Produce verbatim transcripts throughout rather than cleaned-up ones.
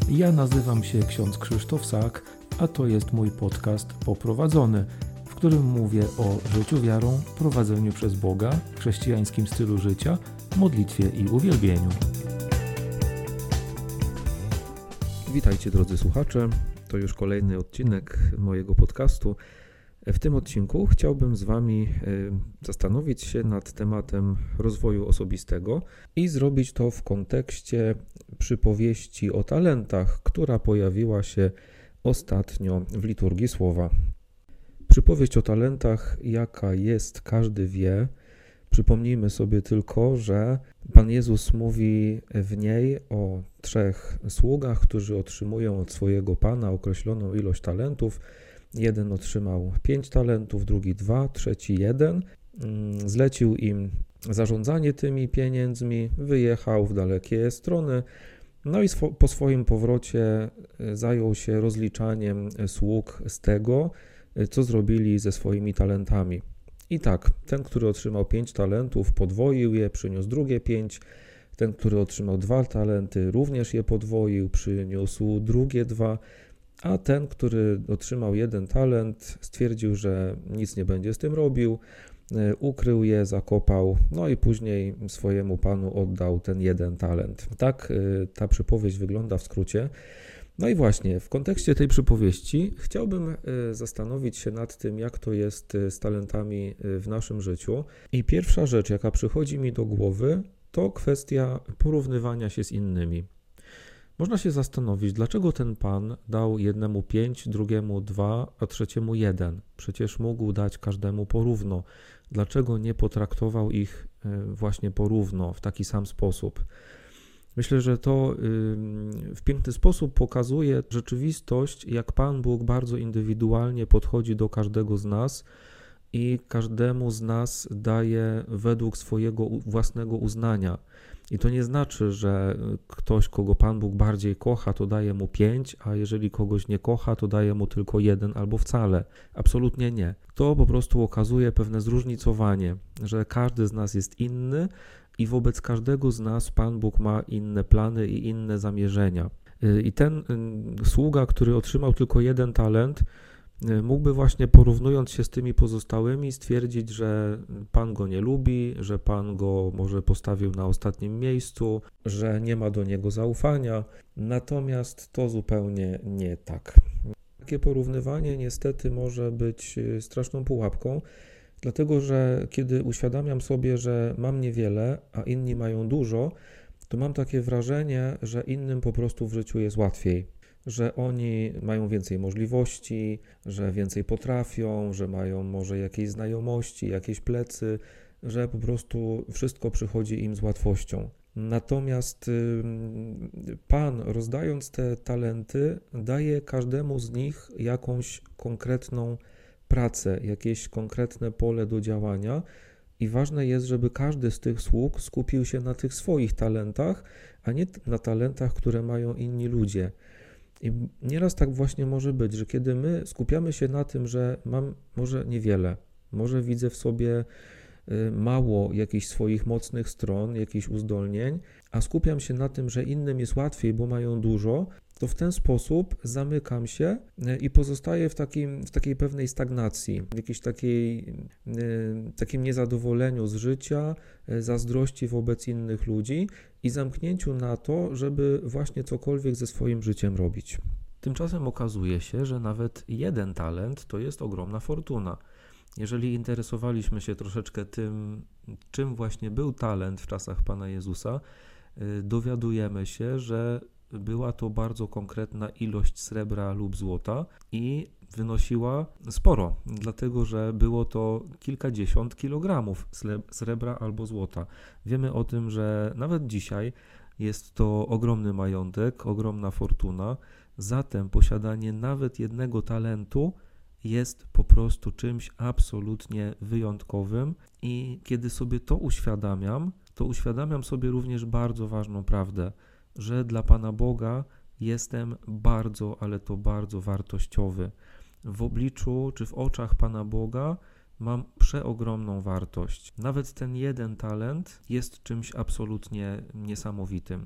Ja nazywam się ksiądz Krzysztof Sak, a to jest mój podcast Poprowadzony, w którym mówię o życiu wiarą, prowadzeniu przez Boga, chrześcijańskim stylu życia, modlitwie i uwielbieniu. Witajcie drodzy słuchacze, to już kolejny odcinek mojego podcastu. W tym odcinku chciałbym z Wami zastanowić się nad tematem rozwoju osobistego i zrobić to w kontekście przypowieści o talentach, która pojawiła się ostatnio w liturgii słowa. Przypowieść o talentach, jaka jest, każdy wie. Przypomnijmy sobie tylko, że Pan Jezus mówi w niej o trzech sługach, którzy otrzymują od swojego Pana określoną ilość talentów. Jeden otrzymał pięć talentów, drugi dwa, trzeci jeden. Zlecił im zarządzanie tymi pieniędzmi, wyjechał w dalekie strony, no i swo- po swoim powrocie zajął się rozliczaniem sług z tego, co zrobili ze swoimi talentami. I tak, ten, który otrzymał pięć talentów, podwoił je, przyniósł drugie pięć. Ten, który otrzymał dwa talenty, również je podwoił, przyniósł drugie dwa. A ten, który otrzymał jeden talent, stwierdził, że nic nie będzie z tym robił, ukrył je, zakopał, no i później swojemu panu oddał ten jeden talent. Tak ta przypowieść wygląda w skrócie. No i właśnie w kontekście tej przypowieści chciałbym zastanowić się nad tym, jak to jest z talentami w naszym życiu. I pierwsza rzecz, jaka przychodzi mi do głowy, to kwestia porównywania się z innymi. Można się zastanowić, dlaczego ten Pan dał jednemu pięć, drugiemu dwa, a trzeciemu jeden. Przecież mógł dać każdemu porówno. Dlaczego nie potraktował ich właśnie porówno, w taki sam sposób? Myślę, że to w piękny sposób pokazuje rzeczywistość, jak Pan Bóg bardzo indywidualnie podchodzi do każdego z nas i każdemu z nas daje według swojego własnego uznania. I to nie znaczy, że ktoś, kogo Pan Bóg bardziej kocha, to daje mu pięć, a jeżeli kogoś nie kocha, to daje mu tylko jeden albo wcale. Absolutnie nie. To po prostu okazuje pewne zróżnicowanie, że każdy z nas jest inny i wobec każdego z nas Pan Bóg ma inne plany i inne zamierzenia. I ten sługa, który otrzymał tylko jeden talent, mógłby właśnie, porównując się z tymi pozostałymi, stwierdzić, że Pan go nie lubi, że Pan go może postawił na ostatnim miejscu, że nie ma do niego zaufania. Natomiast to zupełnie nie tak. Takie porównywanie niestety może być straszną pułapką, dlatego że kiedy uświadamiam sobie, że mam niewiele, a inni mają dużo, to mam takie wrażenie, że innym po prostu w życiu jest łatwiej. Że oni mają więcej możliwości, że więcej potrafią, że mają może jakieś znajomości, jakieś plecy, że po prostu wszystko przychodzi im z łatwością. Natomiast Pan, rozdając te talenty, daje każdemu z nich jakąś konkretną pracę, jakieś konkretne pole do działania i ważne jest, żeby każdy z tych sług skupił się na tych swoich talentach, a nie na talentach, które mają inni ludzie. I nieraz tak właśnie może być, że kiedy my skupiamy się na tym, że mam może niewiele, może widzę w sobie mało jakichś swoich mocnych stron, jakichś uzdolnień, a skupiam się na tym, że innym jest łatwiej, bo mają dużo, to w ten sposób zamykam się i pozostaję w, takim, w takiej pewnej stagnacji, w jakiejś takiej, takim niezadowoleniu z życia, zazdrości wobec innych ludzi i zamknięciu na to, żeby właśnie cokolwiek ze swoim życiem robić. Tymczasem okazuje się, że nawet jeden talent to jest ogromna fortuna. Jeżeli interesowaliśmy się troszeczkę tym, czym właśnie był talent w czasach Pana Jezusa, dowiadujemy się, że była to bardzo konkretna ilość srebra lub złota i wynosiła sporo, dlatego że było to kilkadziesiąt kilogramów srebra albo złota. Wiemy o tym, że nawet dzisiaj jest to ogromny majątek, ogromna fortuna, zatem posiadanie nawet jednego talentu jest po prostu czymś absolutnie wyjątkowym i kiedy sobie to uświadamiam, to uświadamiam sobie również bardzo ważną prawdę, że dla Pana Boga jestem bardzo, ale to bardzo wartościowy. W obliczu czy w oczach Pana Boga mam przeogromną wartość. Nawet ten jeden talent jest czymś absolutnie niesamowitym.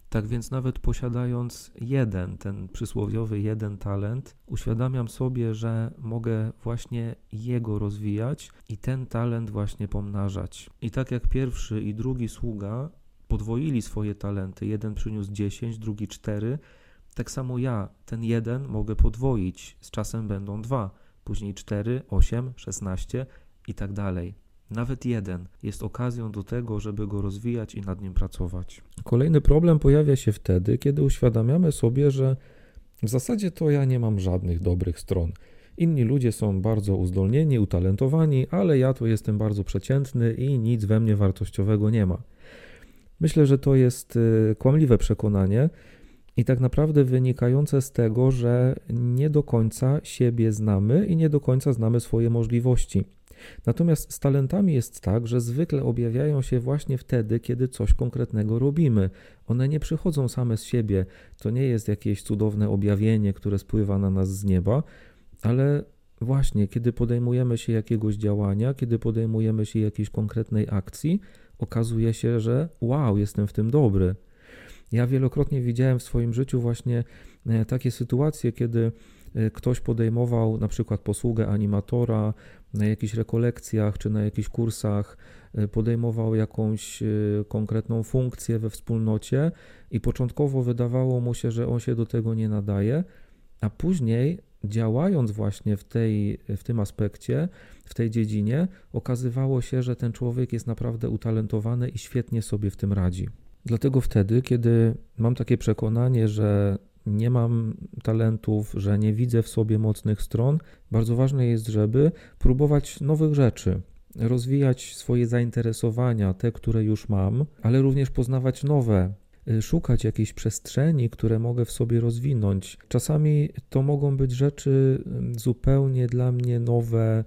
Tak więc nawet posiadając jeden, ten przysłowiowy jeden talent, uświadamiam sobie, że mogę właśnie jego rozwijać i ten talent właśnie pomnażać. I tak jak pierwszy i drugi sługa podwoili swoje talenty, jeden przyniósł dziesięć, drugi cztery, tak samo ja ten jeden mogę podwoić, z czasem będą dwa, później cztery, osiem, szesnaście i tak dalej. Nawet jeden jest okazją do tego, żeby go rozwijać i nad nim pracować. Kolejny problem pojawia się wtedy, kiedy uświadamiamy sobie, że w zasadzie to ja nie mam żadnych dobrych stron. Inni ludzie są bardzo uzdolnieni, utalentowani, ale ja to jestem bardzo przeciętny i nic we mnie wartościowego nie ma. Myślę, że to jest kłamliwe przekonanie i tak naprawdę wynikające z tego, że nie do końca siebie znamy i nie do końca znamy swoje możliwości. Natomiast z talentami jest tak, że zwykle objawiają się właśnie wtedy, kiedy coś konkretnego robimy. One nie przychodzą same z siebie, to nie jest jakieś cudowne objawienie, które spływa na nas z nieba, ale właśnie kiedy podejmujemy się jakiegoś działania, kiedy podejmujemy się jakiejś konkretnej akcji, okazuje się, że wow, jestem w tym dobry. Ja wielokrotnie widziałem w swoim życiu właśnie takie sytuacje, kiedy ktoś podejmował na przykład posługę animatora na jakichś rekolekcjach czy na jakichś kursach, podejmował jakąś konkretną funkcję we wspólnocie i początkowo wydawało mu się, że on się do tego nie nadaje, a później działając właśnie w, tej, w tym aspekcie, w tej dziedzinie, okazywało się, że ten człowiek jest naprawdę utalentowany i świetnie sobie w tym radzi. Dlatego wtedy, kiedy mam takie przekonanie, że nie mam talentów, że nie widzę w sobie mocnych stron, bardzo ważne jest, żeby próbować nowych rzeczy, rozwijać swoje zainteresowania, te, które już mam, ale również poznawać nowe, szukać jakiejś przestrzeni, które mogę w sobie rozwinąć. Czasami to mogą być rzeczy zupełnie dla mnie nowe,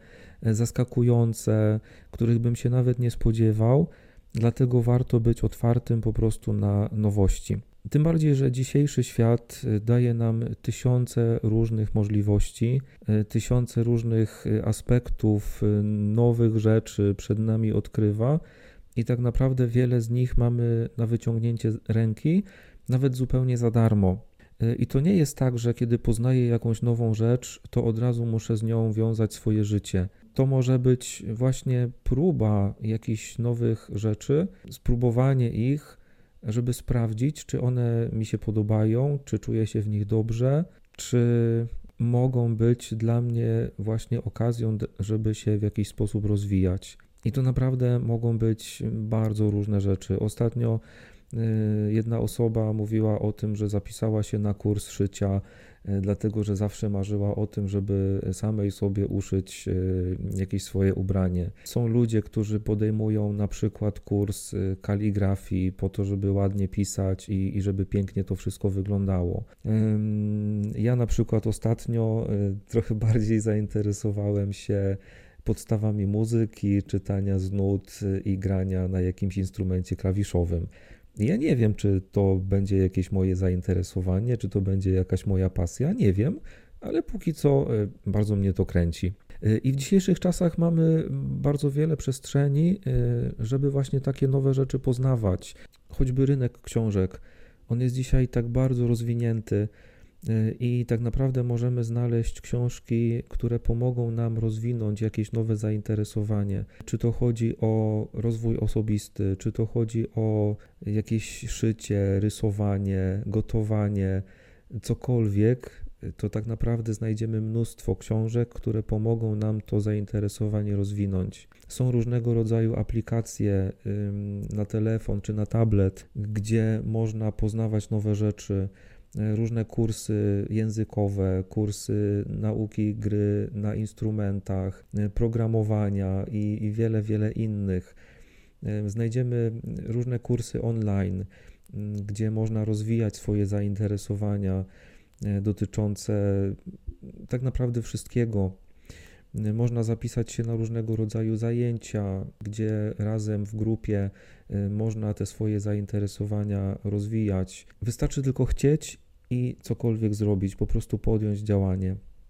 zaskakujące, których bym się nawet nie spodziewał, dlatego warto być otwartym po prostu na nowości. Tym bardziej, że dzisiejszy świat daje nam tysiące różnych możliwości, tysiące różnych aspektów, nowych rzeczy przed nami odkrywa i tak naprawdę wiele z nich mamy na wyciągnięcie ręki, nawet zupełnie za darmo. I to nie jest tak, że kiedy poznaję jakąś nową rzecz, to od razu muszę z nią wiązać swoje życie. To może być właśnie próba jakichś nowych rzeczy, spróbowanie ich, żeby sprawdzić, czy one mi się podobają, czy czuję się w nich dobrze, czy mogą być dla mnie właśnie okazją, żeby się w jakiś sposób rozwijać. I to naprawdę mogą być bardzo różne rzeczy. Ostatnio jedna osoba mówiła o tym, że zapisała się na kurs szycia, dlatego że zawsze marzyła o tym, żeby samej sobie uszyć jakieś swoje ubranie. Są ludzie, którzy podejmują na przykład kurs kaligrafii po to, żeby ładnie pisać i, i żeby pięknie to wszystko wyglądało. Ja na przykład ostatnio trochę bardziej zainteresowałem się podstawami muzyki, czytania z nut i grania na jakimś instrumencie klawiszowym. Ja nie wiem, czy to będzie jakieś moje zainteresowanie, czy to będzie jakaś moja pasja, nie wiem, ale póki co bardzo mnie to kręci. I w dzisiejszych czasach mamy bardzo wiele przestrzeni, żeby właśnie takie nowe rzeczy poznawać. Choćby rynek książek, on jest dzisiaj tak bardzo rozwinięty i tak naprawdę możemy znaleźć książki, które pomogą nam rozwinąć jakieś nowe zainteresowanie. Czy to chodzi o rozwój osobisty, czy to chodzi o jakieś szycie, rysowanie, gotowanie, cokolwiek, to tak naprawdę znajdziemy mnóstwo książek, które pomogą nam to zainteresowanie rozwinąć. Są różnego rodzaju aplikacje na telefon czy na tablet, gdzie można poznawać nowe rzeczy, różne kursy językowe, kursy nauki gry na instrumentach, programowania i, i wiele, wiele innych. Znajdziemy różne kursy online, gdzie można rozwijać swoje zainteresowania dotyczące tak naprawdę wszystkiego. Można zapisać się na różnego rodzaju zajęcia, gdzie razem w grupie można te swoje zainteresowania rozwijać. Wystarczy tylko chcieć i cokolwiek zrobić, po prostu podjąć działanie.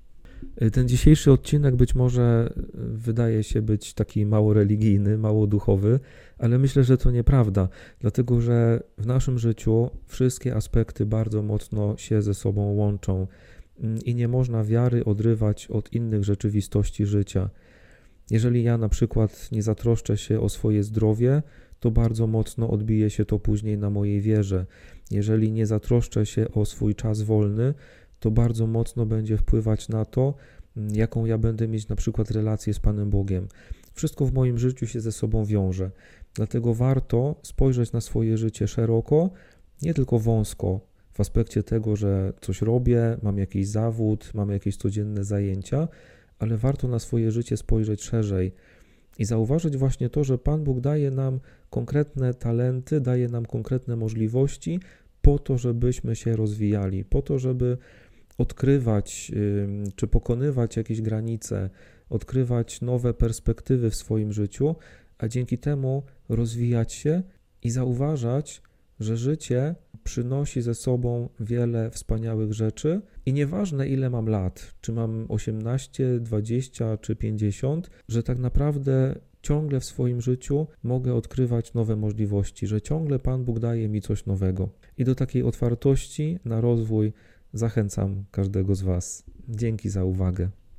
Ten dzisiejszy odcinek być może wydaje się być taki mało religijny, mało duchowy, ale myślę, że to nieprawda, dlatego że w naszym życiu wszystkie aspekty bardzo mocno się ze sobą łączą i nie można wiary odrywać od innych rzeczywistości życia. Jeżeli ja na przykład nie zatroszczę się o swoje zdrowie, to bardzo mocno odbije się to później na mojej wierze. Jeżeli nie zatroszczę się o swój czas wolny, to bardzo mocno będzie wpływać na to, jaką ja będę mieć na przykład relację z Panem Bogiem. Wszystko w moim życiu się ze sobą wiąże. Dlatego warto spojrzeć na swoje życie szeroko, nie tylko wąsko, w aspekcie tego, że coś robię, mam jakiś zawód, mam jakieś codzienne zajęcia, ale warto na swoje życie spojrzeć szerzej i zauważyć właśnie to, że Pan Bóg daje nam konkretne talenty, daje nam konkretne możliwości po to, żebyśmy się rozwijali, po to, żeby odkrywać czy pokonywać jakieś granice, odkrywać nowe perspektywy w swoim życiu, a dzięki temu rozwijać się i zauważać, że życie przynosi ze sobą wiele wspaniałych rzeczy i nieważne ile mam lat, czy mam osiemnaście, dwadzieścia czy pięćdziesiąt, że tak naprawdę ciągle w swoim życiu mogę odkrywać nowe możliwości, że ciągle Pan Bóg daje mi coś nowego. I do takiej otwartości na rozwój zachęcam każdego z Was. Dzięki za uwagę.